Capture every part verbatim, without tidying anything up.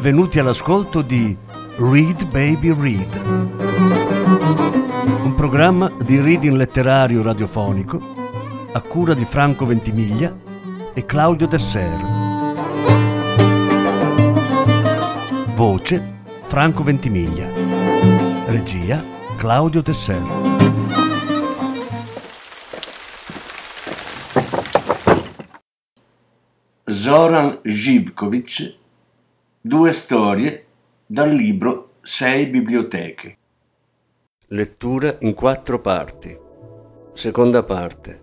benvenuti all'ascolto di Read Baby Read, un programma di reading letterario radiofonico a cura di Franco Ventimiglia e Claudio Desser. Voce Franco Ventimiglia. Regia Claudio Desser. Zoran Živković, due storie dal libro Sei biblioteche. Lettura in quattro parti. Seconda parte.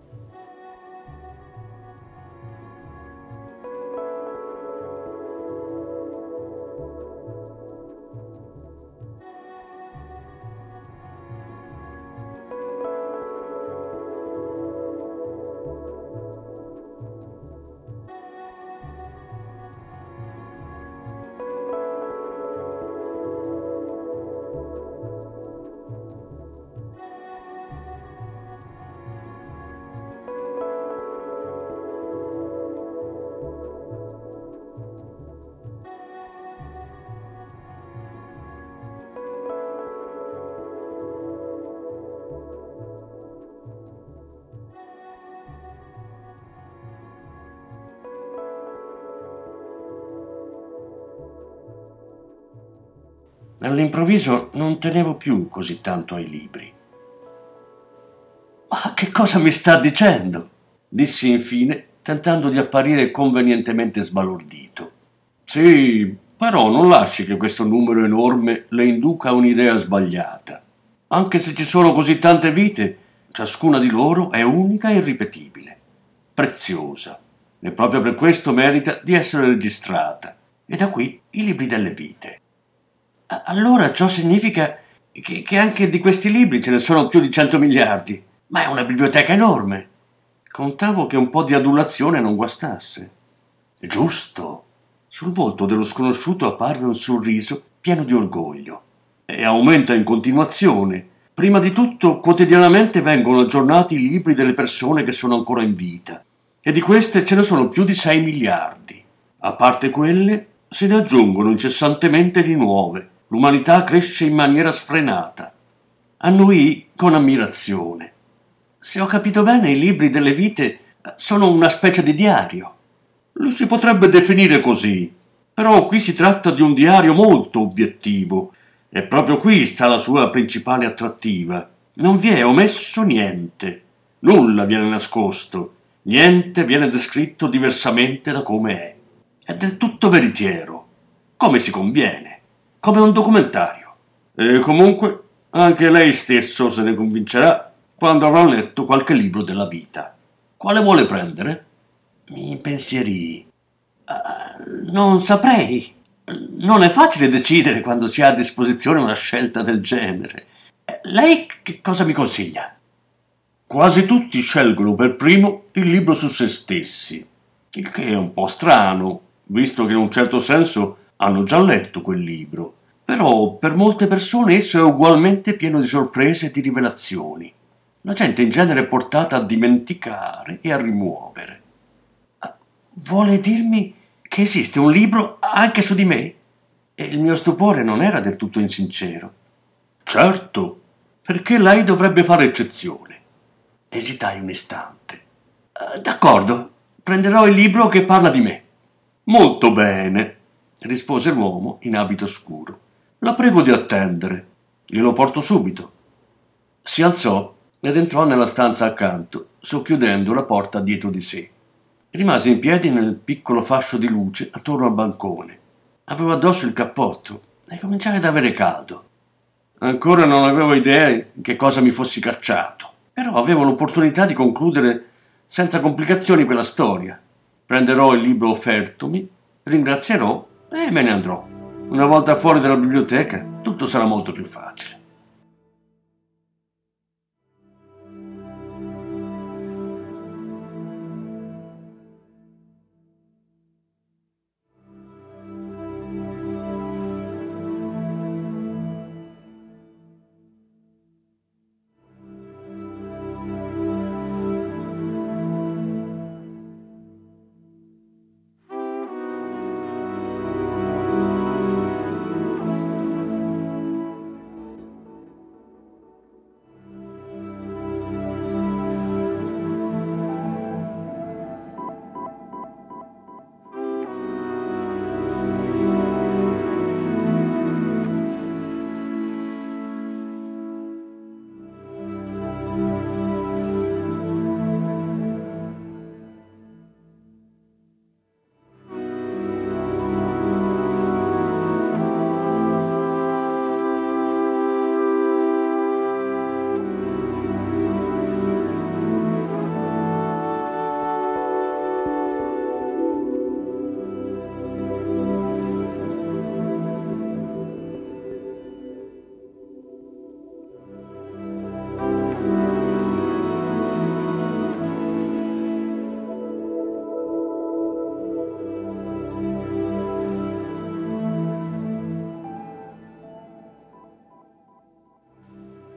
All'improvviso non tenevo più così tanto ai libri. «Ma che cosa mi sta dicendo?» dissi infine, tentando di apparire convenientemente sbalordito. «Sì, però non lasci che questo numero enorme le induca a un'idea sbagliata. Anche se ci sono così tante vite, ciascuna di loro è unica e irripetibile, preziosa, e proprio per questo merita di essere registrata. E da qui i libri delle vite. Allora ciò significa che, che anche di questi libri ce ne sono più di cento miliardi. Ma è una biblioteca enorme. Contavo che un po' di adulazione non guastasse. Giusto. Sul volto dello sconosciuto apparve un sorriso pieno di orgoglio. E aumenta in continuazione. Prima di tutto, quotidianamente vengono aggiornati i libri delle persone che sono ancora in vita. E di queste ce ne sono più di sei miliardi. A parte quelle, se ne aggiungono incessantemente di nuove. L'umanità cresce in maniera sfrenata. Annuì con ammirazione. Se ho capito bene, i libri delle vite sono una specie di diario. Lo si potrebbe definire così, però qui si tratta di un diario molto obiettivo e proprio qui sta la sua principale attrattiva. Non vi è omesso niente, nulla viene nascosto, niente viene descritto diversamente da come è. È del tutto veritiero, come si conviene. Come un documentario. E comunque anche lei stesso se ne convincerà quando avrà letto qualche libro della vita. Quale vuole prendere? Mi impensierii. Uh, non saprei. Non è facile decidere quando si ha a disposizione una scelta del genere. Lei che cosa mi consiglia? Quasi tutti scelgono per primo il libro su se stessi, il che è un po' strano, visto che in un certo senso hanno già letto quel libro, però per molte persone esso è ugualmente pieno di sorprese e di rivelazioni. La gente in genere è portata a dimenticare e a rimuovere. Vuole dirmi che esiste un libro anche su di me? E il mio stupore non era del tutto insincero. Certo, perché lei dovrebbe fare eccezione. Esitai un istante. D'accordo, prenderò il libro che parla di me. Molto bene, rispose l'uomo in abito scuro. La prego di attendere. Glielo porto subito. Si alzò ed entrò nella stanza accanto, socchiudendo la porta dietro di sé. Rimase in piedi nel piccolo fascio di luce attorno al bancone. Aveva addosso il cappotto e cominciai ad avere caldo. Ancora non avevo idea in che cosa mi fossi cacciato, però avevo l'opportunità di concludere senza complicazioni quella storia. Prenderò il libro offertomi, ringrazierò e me ne andrò. Una volta fuori dalla biblioteca, tutto sarà molto più facile.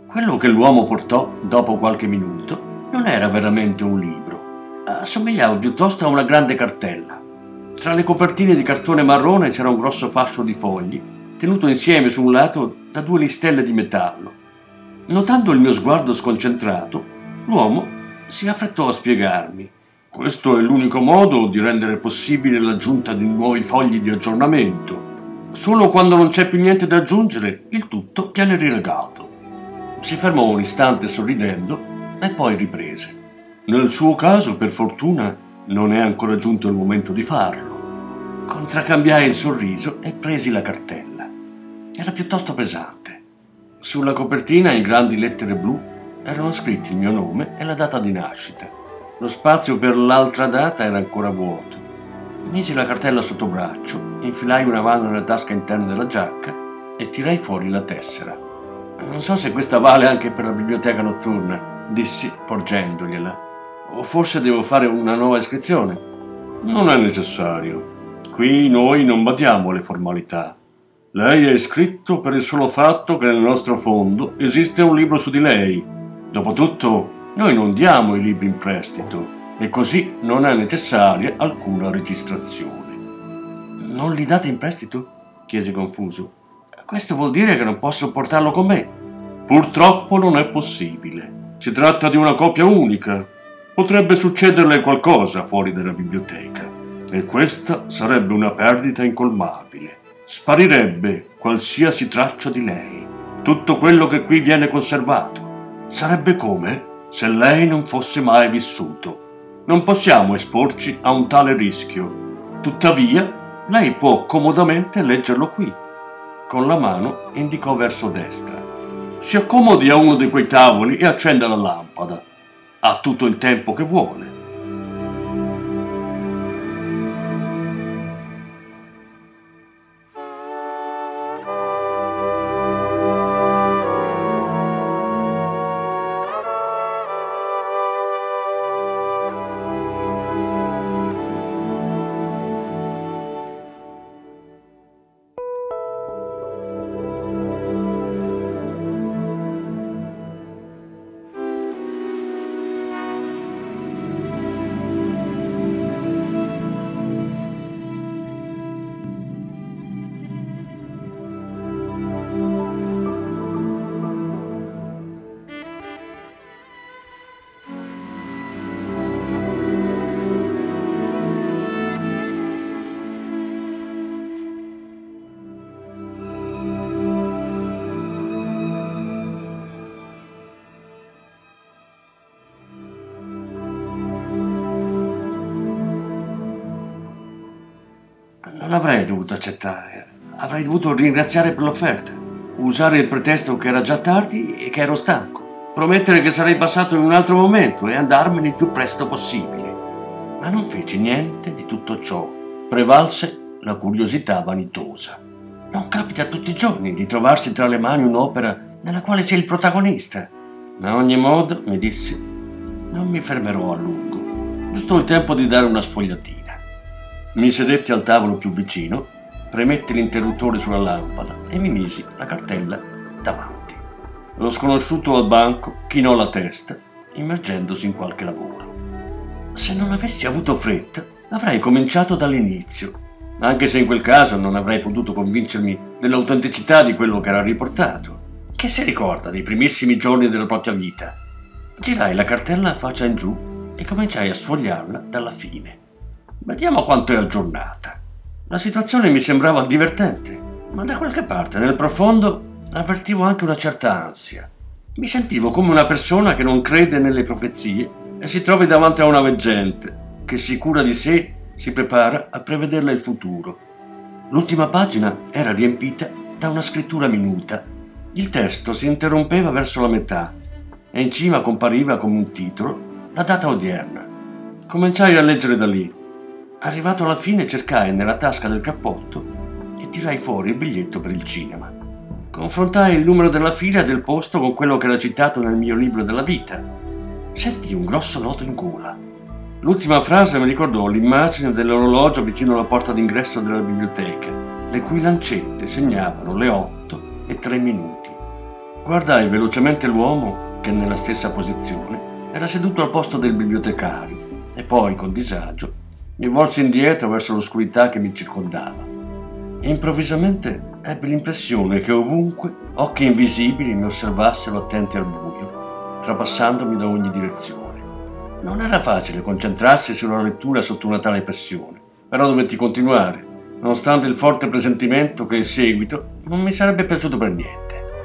Quello che l'uomo portò dopo qualche minuto non era veramente un libro, assomigliava piuttosto a una grande cartella. Tra le copertine di cartone marrone c'era un grosso fascio di fogli, tenuto insieme su un lato da due listelle di metallo. Notando il mio sguardo sconcentrato, l'uomo si affrettò a spiegarmi: questo è l'unico modo di rendere possibile l'aggiunta di nuovi fogli di aggiornamento. Solo quando non c'è più niente da aggiungere, il tutto viene rilegato. Si fermò un istante sorridendo e poi riprese. Nel suo caso, per fortuna, non è ancora giunto il momento di farlo. Contraccambiai il sorriso e presi la cartella. Era piuttosto pesante. Sulla copertina, in grandi lettere blu, erano scritti il mio nome e la data di nascita. Lo spazio per l'altra data era ancora vuoto. Misi la cartella sotto braccio, infilai una mano nella tasca interna della giacca e tirai fuori la tessera. Non so se questa vale anche per la biblioteca notturna, dissi porgendogliela. O forse devo fare una nuova iscrizione? Non è necessario. Qui noi non badiamo alle formalità. Lei è iscritto per il solo fatto che nel nostro fondo esiste un libro su di lei. Dopotutto, noi non diamo i libri in prestito e così non è necessaria alcuna registrazione. Non li date in prestito? Chiesi confuso. Questo vuol dire che non posso portarlo con me? Purtroppo non è possibile. Si tratta di una copia unica. Potrebbe succederle qualcosa fuori dalla biblioteca e questa sarebbe una perdita incolmabile. Sparirebbe qualsiasi traccia di lei. Tutto quello che qui viene conservato. Sarebbe come se lei non fosse mai vissuto. Non possiamo esporci a un tale rischio. Tuttavia, lei può comodamente leggerlo qui. Con la mano indicò verso destra. Si accomodi a uno di quei tavoli e accenda la lampada. Ha tutto il tempo che vuole. Non avrei dovuto accettare, avrei dovuto ringraziare per l'offerta, usare il pretesto che era già tardi e che ero stanco, promettere che sarei passato in un altro momento e andarmene il più presto possibile. Ma non feci niente di tutto ciò, prevalse la curiosità vanitosa. Non capita tutti i giorni di trovarsi tra le mani un'opera nella quale c'è il protagonista. Ma a ogni modo, mi dissi, non mi fermerò a lungo, giusto il tempo di dare una sfogliatina. Mi sedetti al tavolo più vicino, premetti l'interruttore sulla lampada e mi misi la cartella davanti. Lo sconosciuto al banco chinò la testa, immergendosi in qualche lavoro. Se non avessi avuto fretta, avrei cominciato dall'inizio, anche se in quel caso non avrei potuto convincermi dell'autenticità di quello che era riportato. Che si ricorda dei primissimi giorni della propria vita? Girai la cartella faccia in giù e cominciai a sfogliarla dalla fine. Vediamo quanto è aggiornata. La situazione mi sembrava divertente, ma da qualche parte nel profondo avvertivo anche una certa ansia. Mi sentivo come una persona che non crede nelle profezie e si trovi davanti a una veggente che, sicura di sé, si prepara a prevederle il futuro. L'ultima pagina era riempita da una scrittura minuta. Il testo si interrompeva verso la metà e in cima compariva come un titolo la data odierna. Cominciai a leggere da lì. Arrivato alla fine cercai nella tasca del cappotto e tirai fuori il biglietto per il cinema. Confrontai il numero della fila e del posto con quello che era citato nel mio libro della vita. Sentii un grosso nodo in gola. L'ultima frase mi ricordò l'immagine dell'orologio vicino alla porta d'ingresso della biblioteca, le cui lancette segnavano le otto e tre minuti. Guardai velocemente l'uomo che, nella stessa posizione, era seduto al posto del bibliotecario e poi, con disagio, mi volsi indietro verso l'oscurità che mi circondava. Improvvisamente ebbi l'impressione che ovunque occhi invisibili mi osservassero attenti al buio, trapassandomi da ogni direzione. Non era facile concentrarsi sulla lettura sotto una tale pressione, però dovetti continuare, nonostante il forte presentimento che in seguito non mi sarebbe piaciuto per niente.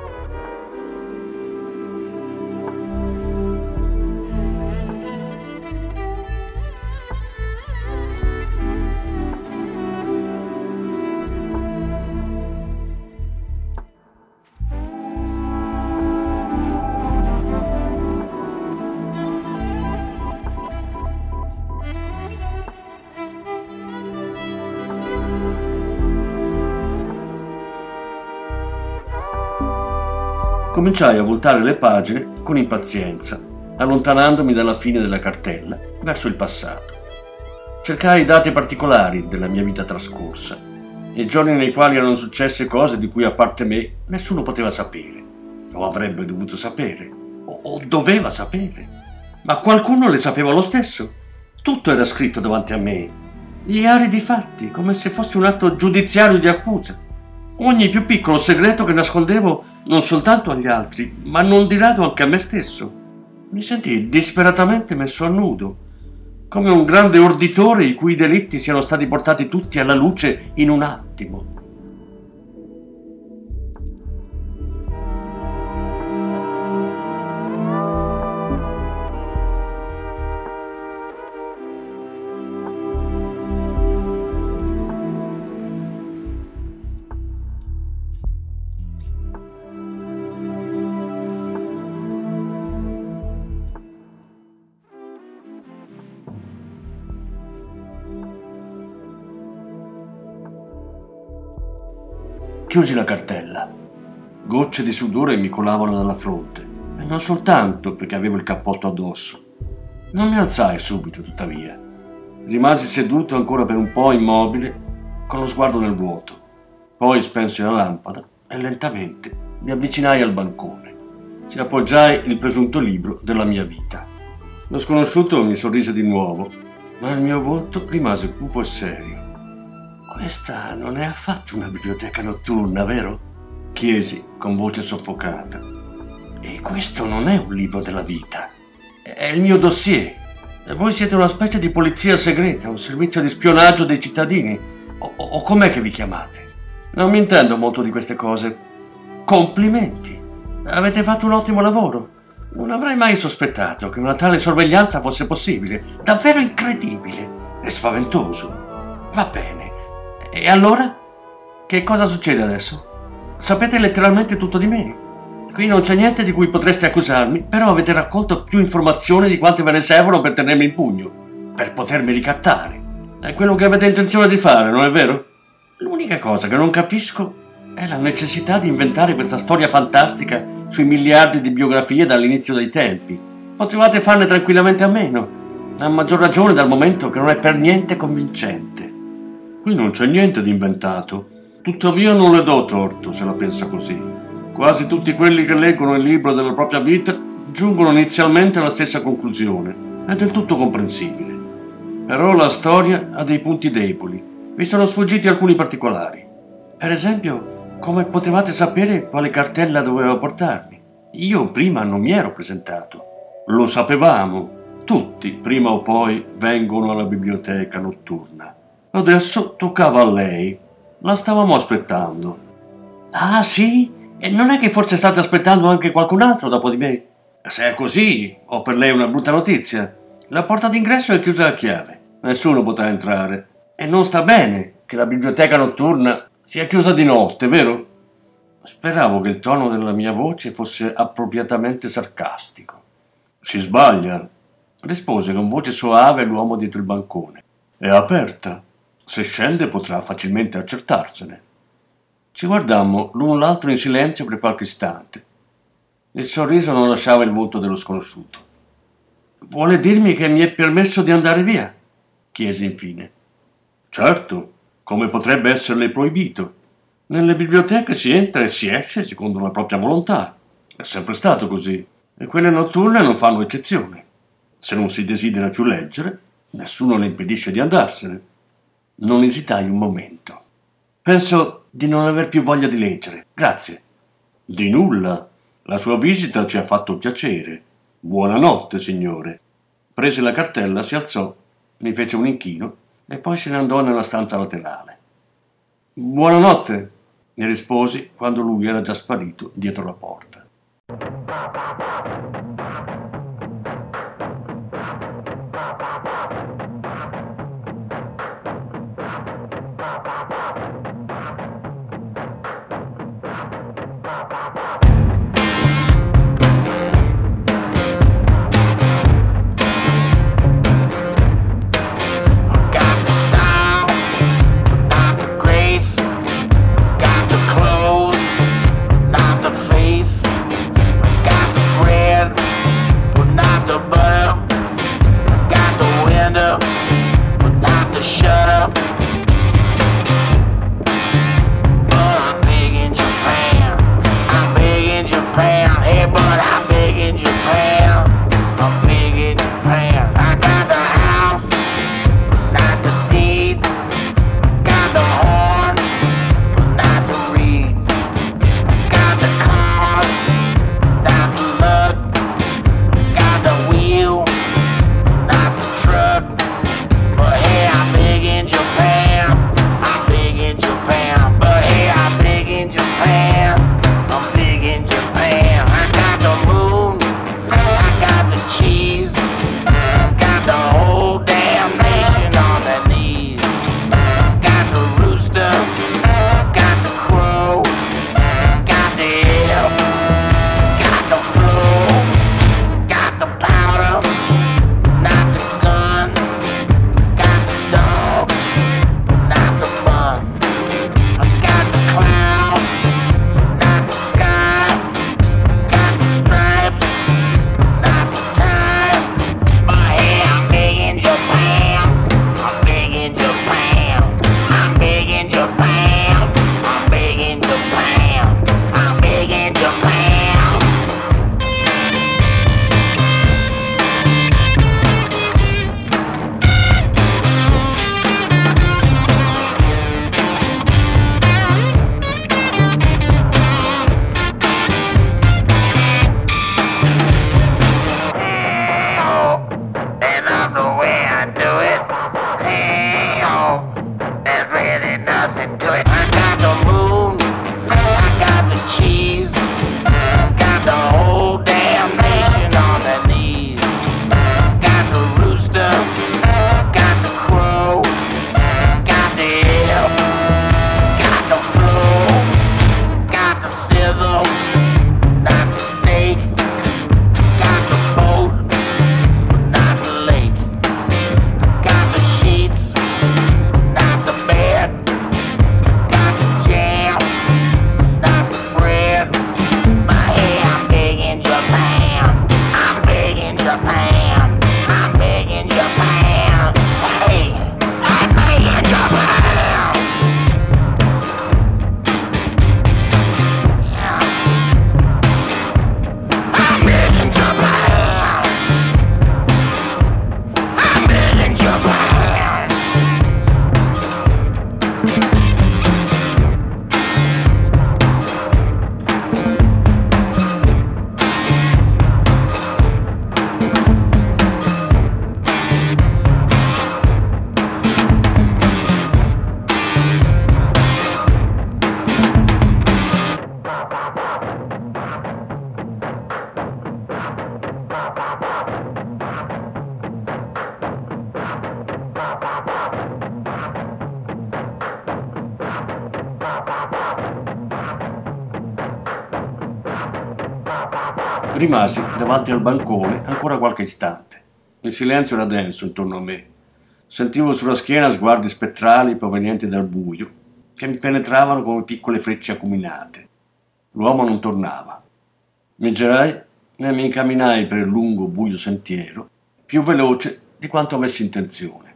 Cominciai a voltare le pagine con impazienza, allontanandomi dalla fine della cartella verso il passato. Cercai dati particolari della mia vita trascorsa, i giorni nei quali erano successe cose di cui, a parte me, nessuno poteva sapere, o avrebbe dovuto sapere, o, o doveva sapere. Ma qualcuno le sapeva lo stesso. Tutto era scritto davanti a me, gli aridi fatti, come se fosse un atto giudiziario di accusa. Ogni più piccolo segreto che nascondevo non soltanto agli altri, ma non di rado anche a me stesso. Mi sentii disperatamente messo a nudo, come un grande orditore i cui delitti siano stati portati tutti alla luce in un attimo. Chiusi la cartella. Gocce di sudore mi colavano dalla fronte, e non soltanto perché avevo il cappotto addosso. Non mi alzai subito, tuttavia. Rimasi seduto ancora per un po' immobile, con lo sguardo nel vuoto. Poi spensi la lampada e lentamente mi avvicinai al bancone. Ci appoggiai il presunto libro della mia vita. Lo sconosciuto mi sorrise di nuovo, ma il mio volto rimase cupo e serio. «Questa non è affatto una biblioteca notturna, vero?» chiesi con voce soffocata. «E questo non è un libro della vita, è il mio dossier. E voi siete una specie di polizia segreta, un servizio di spionaggio dei cittadini, o, o, o com'è che vi chiamate? Non mi intendo molto di queste cose. Complimenti! Avete fatto un ottimo lavoro. Non avrei mai sospettato che una tale sorveglianza fosse possibile. Davvero incredibile e spaventoso. Va bene. E allora? Che cosa succede adesso? Sapete letteralmente tutto di me. Qui non c'è niente di cui potreste accusarmi, però avete raccolto più informazioni di quante ve ne servono per tenermi in pugno, per potermi ricattare. È quello che avete intenzione di fare, non è vero? L'unica cosa che non capisco è la necessità di inventare questa storia fantastica sui miliardi di biografie dall'inizio dei tempi. Potevate farne tranquillamente a meno, a maggior ragione dal momento che non è per niente convincente. Qui non c'è niente di inventato, tuttavia non le do torto se la pensa così. Quasi tutti quelli che leggono il libro della propria vita giungono inizialmente alla stessa conclusione, è del tutto comprensibile. Però la storia ha dei punti deboli, vi sono sfuggiti alcuni particolari. Per esempio, come potevate sapere quale cartella doveva portarmi? Io prima non mi ero presentato. Lo sapevamo, tutti prima o poi vengono alla biblioteca notturna. Adesso toccava a lei. La stavamo aspettando. Ah, sì? E non è che forse state aspettando anche qualcun altro dopo di me? Se è così, ho per lei una brutta notizia. La porta d'ingresso è chiusa a chiave. Nessuno potrà entrare. E non sta bene che la biblioteca notturna sia chiusa di notte, vero? Speravo che il tono della mia voce fosse appropriatamente sarcastico. Si sbaglia, rispose con voce soave l'uomo dietro il bancone. È aperta. Se scende potrà facilmente accertarsene. Ci guardammo l'un l'altro in silenzio per qualche istante. Il sorriso non lasciava il volto dello sconosciuto. «Vuole dirmi che mi è permesso di andare via?» chiesi infine. «Certo, come potrebbe esserle proibito. Nelle biblioteche si entra e si esce secondo la propria volontà. È sempre stato così, e quelle notturne non fanno eccezione. Se non si desidera più leggere, nessuno le impedisce di andarsene. Non esitai un momento. Penso di non aver più voglia di leggere. Grazie. Di nulla. La sua visita ci ha fatto piacere. Buonanotte, signore. Prese la cartella, si alzò, mi fece un inchino e poi se ne andò nella stanza laterale. Buonanotte, ne risposi quando lui era già sparito dietro la porta. Rimasi davanti al bancone ancora qualche istante. Il silenzio era denso intorno a me. Sentivo sulla schiena sguardi spettrali provenienti dal buio che mi penetravano come piccole frecce acuminate. L'uomo non tornava. Mi girai e mi incamminai per il lungo buio sentiero, più veloce di quanto avessi intenzione.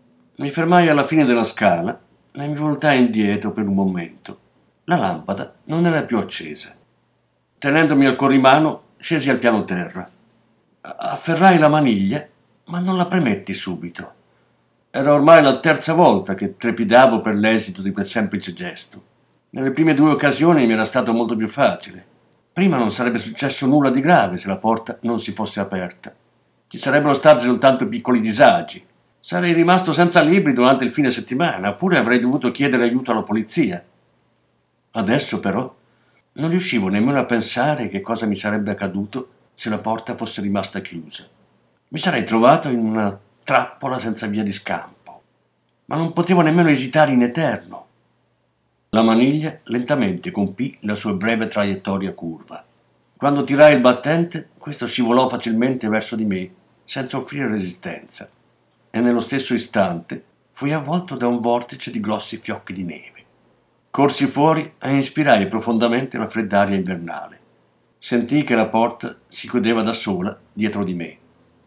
Mi fermai alla fine della scala e mi voltai indietro per un momento. La lampada non era più accesa. Tenendomi al corrimano, scesi al piano terra. Afferrai la maniglia, ma non la premetti subito. Era ormai la terza volta che trepidavo per l'esito di quel semplice gesto. Nelle prime due occasioni mi era stato molto più facile. Prima non sarebbe successo nulla di grave se la porta non si fosse aperta. Ci sarebbero stati soltanto piccoli disagi. Sarei rimasto senza libri durante il fine settimana, oppure avrei dovuto chiedere aiuto alla polizia. Adesso, però, non riuscivo nemmeno a pensare che cosa mi sarebbe accaduto se la porta fosse rimasta chiusa. Mi sarei trovato in una trappola senza via di scampo, ma non potevo nemmeno esitare in eterno. La maniglia lentamente compì la sua breve traiettoria curva. Quando tirai il battente, questo scivolò facilmente verso di me, senza offrire resistenza, e nello stesso istante fui avvolto da un vortice di grossi fiocchi di neve. Corsi fuori e inspirai profondamente la freddaria invernale. Sentii che la porta si chiudeva da sola dietro di me.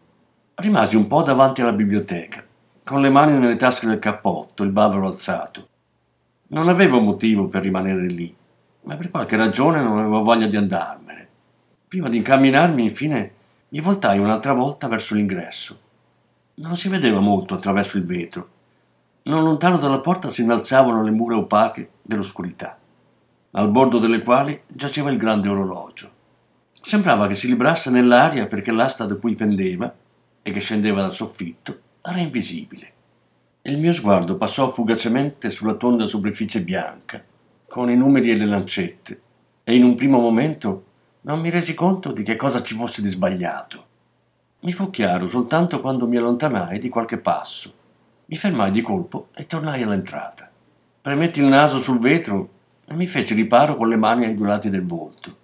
Rimasi un po' davanti alla biblioteca, con le mani nelle tasche del cappotto, il bavero alzato. Non avevo motivo per rimanere lì, ma per qualche ragione non avevo voglia di andarmene. Prima di incamminarmi, infine, mi voltai un'altra volta verso l'ingresso. Non si vedeva molto attraverso il vetro. Non lontano dalla porta si innalzavano le mura opache dell'oscurità, al bordo delle quali giaceva il grande orologio. Sembrava che si librasse nell'aria perché l'asta da cui pendeva e che scendeva dal soffitto era invisibile. Il mio sguardo passò fugacemente sulla tonda superficie bianca, con i numeri e le lancette, e in un primo momento non mi resi conto di che cosa ci fosse di sbagliato. Mi fu chiaro soltanto quando mi allontanai di qualche passo. Mi fermai di colpo e tornai all'entrata. Premetti il naso sul vetro e mi feci riparo con le mani ai due lati del volto.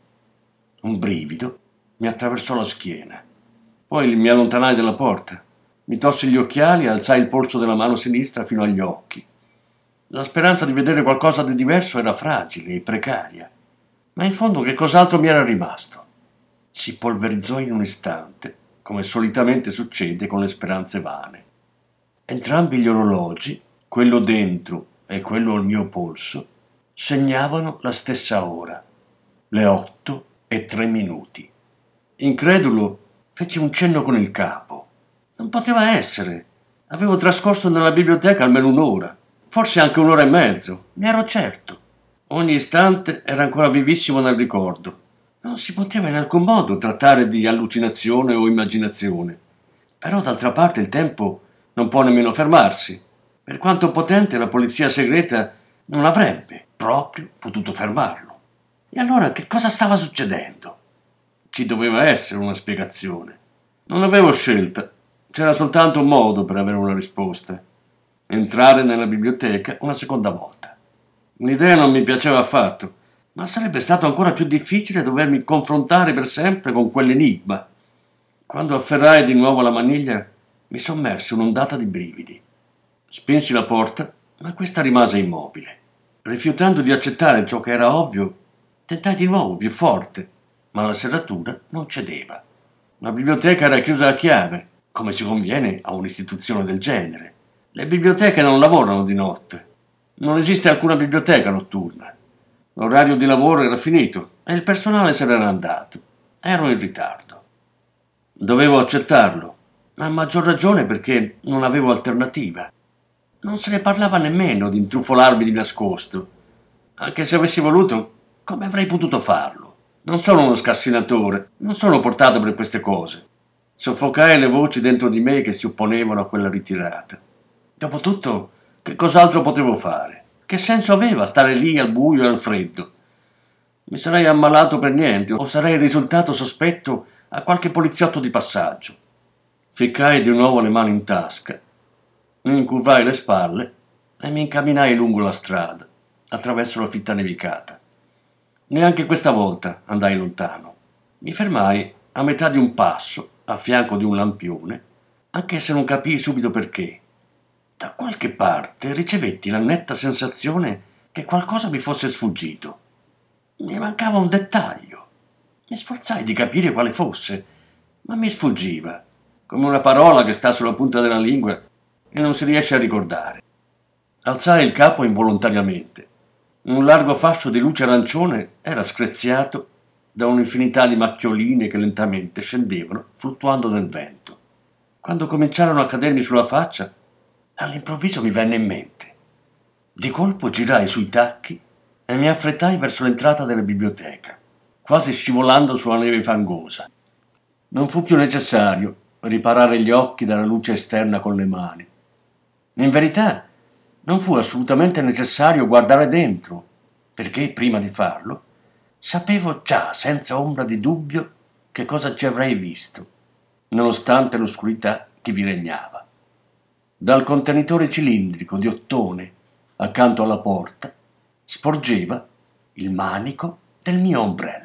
Un brivido mi attraversò la schiena. Poi mi allontanai dalla porta. Mi tolsi gli occhiali e alzai il polso della mano sinistra fino agli occhi. La speranza di vedere qualcosa di diverso era fragile e precaria. Ma in fondo che cos'altro mi era rimasto? Si polverizzò in un istante, come solitamente succede con le speranze vane. Entrambi gli orologi, quello dentro e quello al mio polso, segnavano la stessa ora, le otto e tre minuti. Incredulo, feci un cenno con il capo. Non poteva essere. Avevo trascorso nella biblioteca almeno un'ora, forse anche un'ora e mezzo, ne ero certo. Ogni istante era ancora vivissimo nel ricordo. Non si poteva in alcun modo trattare di allucinazione o immaginazione. Però d'altra parte il tempo non può nemmeno fermarsi. Per quanto potente, la polizia segreta non avrebbe proprio potuto fermarlo. E allora che cosa stava succedendo? Ci doveva essere una spiegazione. Non avevo scelta. C'era soltanto un modo per avere una risposta. Entrare nella biblioteca una seconda volta. L'idea non mi piaceva affatto, ma sarebbe stato ancora più difficile dovermi confrontare per sempre con quell'enigma. Quando afferrai di nuovo la maniglia, mi sommerse un'ondata di brividi. Spinsi la porta, ma questa rimase immobile. Rifiutando di accettare ciò che era ovvio, tentai di nuovo più forte, ma la serratura non cedeva. La biblioteca era chiusa a chiave, come si conviene a un'istituzione del genere. Le biblioteche non lavorano di notte. Non esiste alcuna biblioteca notturna. L'orario di lavoro era finito e il personale se n'era andato. Ero in ritardo. Dovevo accettarlo, ma a maggior ragione perché non avevo alternativa. Non se ne parlava nemmeno di intrufolarmi di nascosto. Anche se avessi voluto, come avrei potuto farlo? Non sono uno scassinatore, non sono portato per queste cose. Soffocai le voci dentro di me che si opponevano a quella ritirata. Dopotutto, che cos'altro potevo fare? Che senso aveva stare lì al buio e al freddo? Mi sarei ammalato per niente o sarei risultato sospetto a qualche poliziotto di passaggio. Ficcai di nuovo le mani in tasca, mi incurvai le spalle e mi incamminai lungo la strada, attraverso la fitta nevicata. Neanche questa volta andai lontano. Mi fermai a metà di un passo, a fianco di un lampione, anche se non capii subito perché. Da qualche parte ricevetti la netta sensazione che qualcosa mi fosse sfuggito. Mi mancava un dettaglio. Mi sforzai di capire quale fosse, ma mi sfuggiva, come una parola che sta sulla punta della lingua e non si riesce a ricordare. Alzai il capo involontariamente. Un largo fascio di luce arancione era screziato da un'infinità di macchioline che lentamente scendevano fluttuando nel vento. Quando cominciarono a cadermi sulla faccia, all'improvviso mi venne in mente. Di colpo girai sui tacchi e mi affrettai verso l'entrata della biblioteca, quasi scivolando sulla neve fangosa. Non fu più necessario riparare gli occhi dalla luce esterna con le mani. In verità, non fu assolutamente necessario guardare dentro, perché prima di farlo sapevo già senza ombra di dubbio che cosa ci avrei visto, nonostante l'oscurità che vi regnava. Dal contenitore cilindrico di ottone accanto alla porta sporgeva il manico del mio ombrello.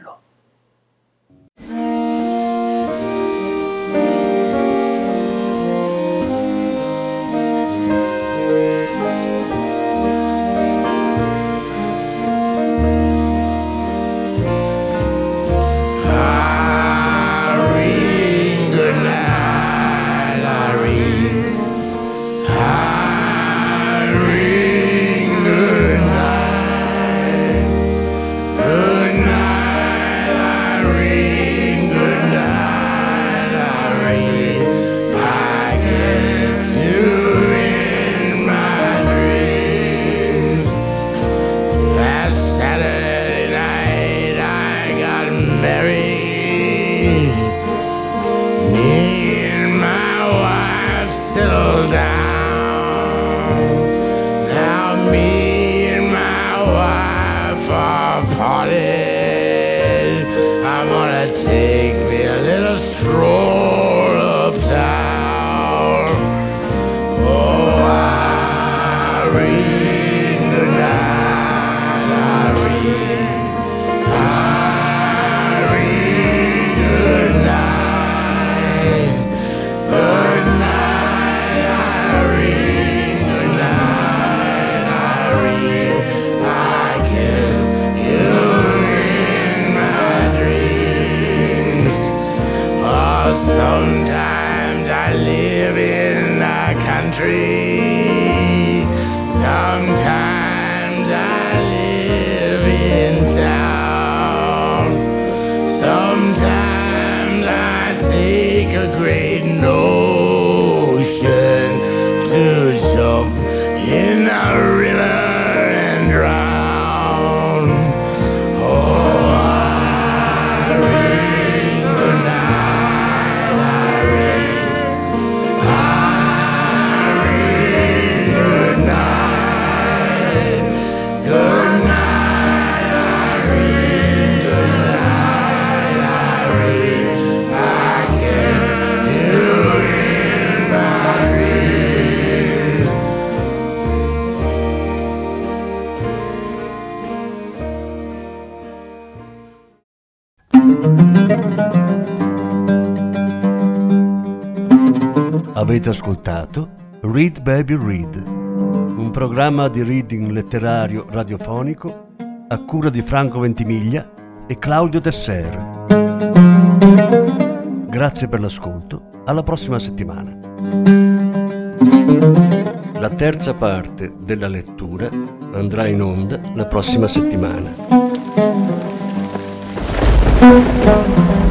Sometimes I live in the country, sometimes I live in town, sometimes I take a great notion to jump in the river and drown. Oh, I ring the night. Avete ascoltato Read Baby Read, un programma di reading letterario radiofonico a cura di Franco Ventimiglia e Claudio Tesser. Grazie per l'ascolto, alla prossima settimana. La terza parte della lettura andrà in onda la prossima settimana.